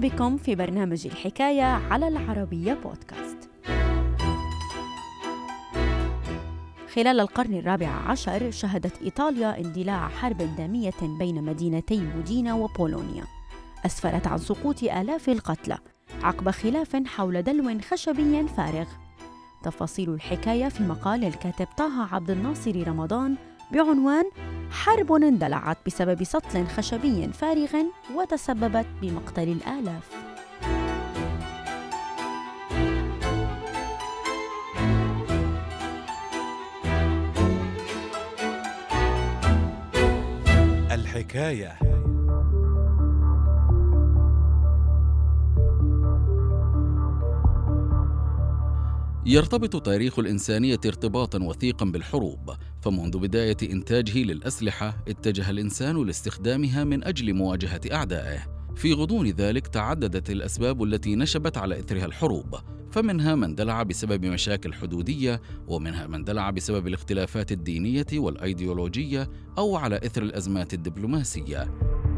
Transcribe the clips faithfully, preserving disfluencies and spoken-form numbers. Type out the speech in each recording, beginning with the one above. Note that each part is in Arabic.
بكم في برنامج الحكاية على العربية بودكاست. خلال القرن الرابع عشر شهدت إيطاليا اندلاع حرب دامية بين مدينتي مودينا وبولونيا أسفرت عن سقوط آلاف القتلى عقب خلاف حول دلو خشبي فارغ. تفاصيل الحكاية في مقال الكاتب طه عبد الناصر رمضان بعنوان حرب اندلعت بسبب سطل خشبي فارغ وتسببت بمقتل الآلاف. الحكاية. يرتبط تاريخ الإنسانية ارتباطاً وثيقاً بالحروب، فمنذ بداية إنتاجه للأسلحة اتجه الإنسان لاستخدامها من أجل مواجهة أعدائه. في غضون ذلك تعددت الأسباب التي نشبت على إثرها الحروب، فمنها من دلع بسبب مشاكل حدودية، ومنها من دلع بسبب الاختلافات الدينية والأيديولوجية أو على إثر الأزمات الدبلوماسية.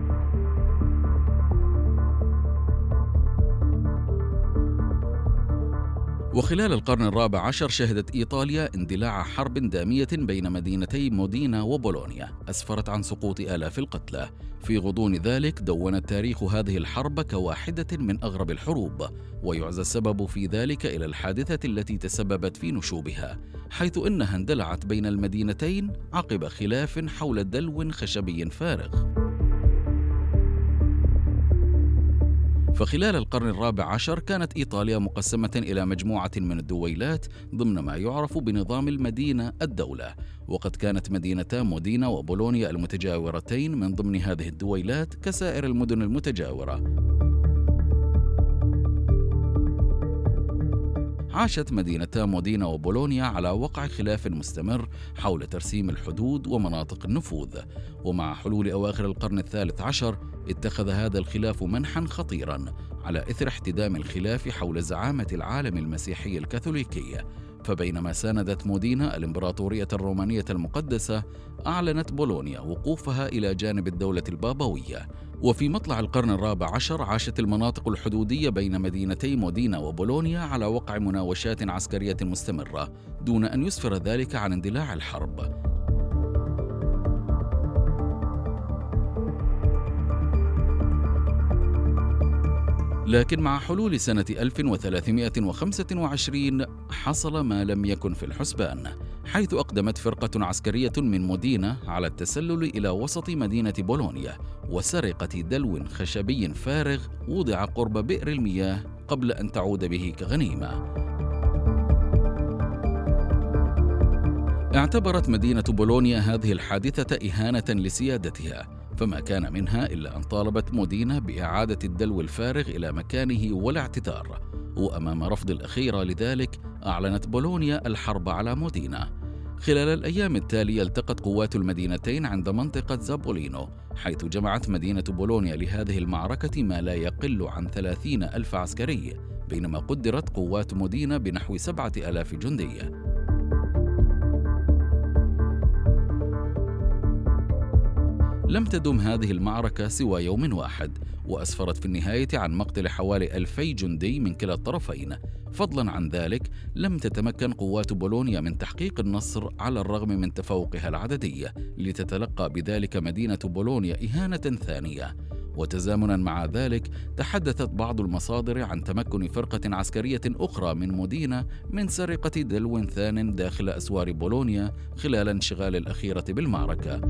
وخلال القرن الرابع عشر شهدت إيطاليا اندلاع حرب دامية بين مدينتي مودينا وبولونيا أسفرت عن سقوط آلاف القتلى. في غضون ذلك دون التاريخ هذه الحرب كواحدة من أغرب الحروب، ويعزى السبب في ذلك إلى الحادثة التي تسببت في نشوبها، حيث إنها اندلعت بين المدينتين عقب خلاف حول دلو خشبي فارغ. فخلال القرن الرابع عشر كانت إيطاليا مقسمة إلى مجموعة من الدويلات ضمن ما يعرف بنظام المدينة الدولة، وقد كانت مدينتا مودينا وبولونيا المتجاورتين من ضمن هذه الدويلات كسائر المدن المتجاورة. عاشت مدينتا مودينا وبولونيا على وقع خلاف مستمر حول ترسيم الحدود ومناطق النفوذ، ومع حلول أواخر القرن الثالث عشر اتخذ هذا الخلاف منحا خطيرا على إثر احتدام الخلاف حول زعامة العالم المسيحي الكاثوليكي. فبينما ساندت مودينا الإمبراطورية الرومانية المقدسة، أعلنت بولونيا وقوفها إلى جانب الدولة البابوية. وفي مطلع القرن الرابع عشر عاشت المناطق الحدودية بين مدينتي مودينا وبولونيا على وقع مناوشات عسكرية مستمرة دون أن يسفر ذلك عن اندلاع الحرب. لكن مع حلول سنة ألف وثلاثمائة وخمسة وعشرين حصل ما لم يكن في الحسبان، حيث أقدمت فرقة عسكرية من مودينا على التسلل إلى وسط مدينة بولونيا وسرقة دلو خشبي فارغ وضع قرب بئر المياه قبل أن تعود به كغنيمة. اعتبرت مدينة بولونيا هذه الحادثة إهانة لسيادتها، فما كان منها إلا أن طالبت مودينا بإعادة الدلو الفارغ إلى مكانه والاعتذار. وأمام رفض الأخيرة لذلك أعلنت بولونيا الحرب على مودينا. خلال الأيام التالية التقت قوات المدينتين عند منطقة زابولينو، حيث جمعت مدينة بولونيا لهذه المعركة ما لا يقل عن ثلاثين ألف عسكري، بينما قدرت قوات مودينا بنحو سبعة آلاف جندي. لم تدم هذه المعركة سوى يوم واحد، وأسفرت في النهاية عن مقتل حوالي ألفي جندي من كلا الطرفين. فضلا عن ذلك لم تتمكن قوات بولونيا من تحقيق النصر على الرغم من تفوقها العددي، لتتلقى بذلك مدينة بولونيا إهانة ثانية. وتزامنا مع ذلك تحدثت بعض المصادر عن تمكن فرقة عسكرية أخرى من مودينا من سرقة دلو ثان داخل أسوار بولونيا خلال انشغال الأخيرة بالمعركة.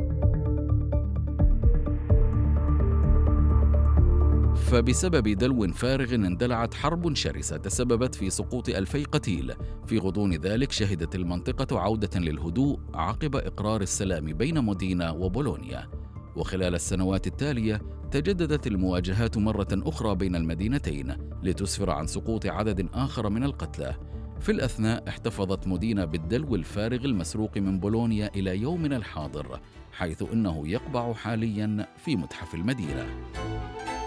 فبسبب دلو فارغ اندلعت حرب شرسة تسببت في سقوط ألفي قتيل. في غضون ذلك شهدت المنطقة عودة للهدوء عقب إقرار السلام بين مودينا وبولونيا. وخلال السنوات التالية تجددت المواجهات مرة أخرى بين المدينتين لتسفر عن سقوط عدد آخر من القتلى. في الأثناء احتفظت مودينا بالدلو الفارغ المسروق من بولونيا إلى يومنا الحاضر، حيث إنه يقبع حالياً في متحف المدينة.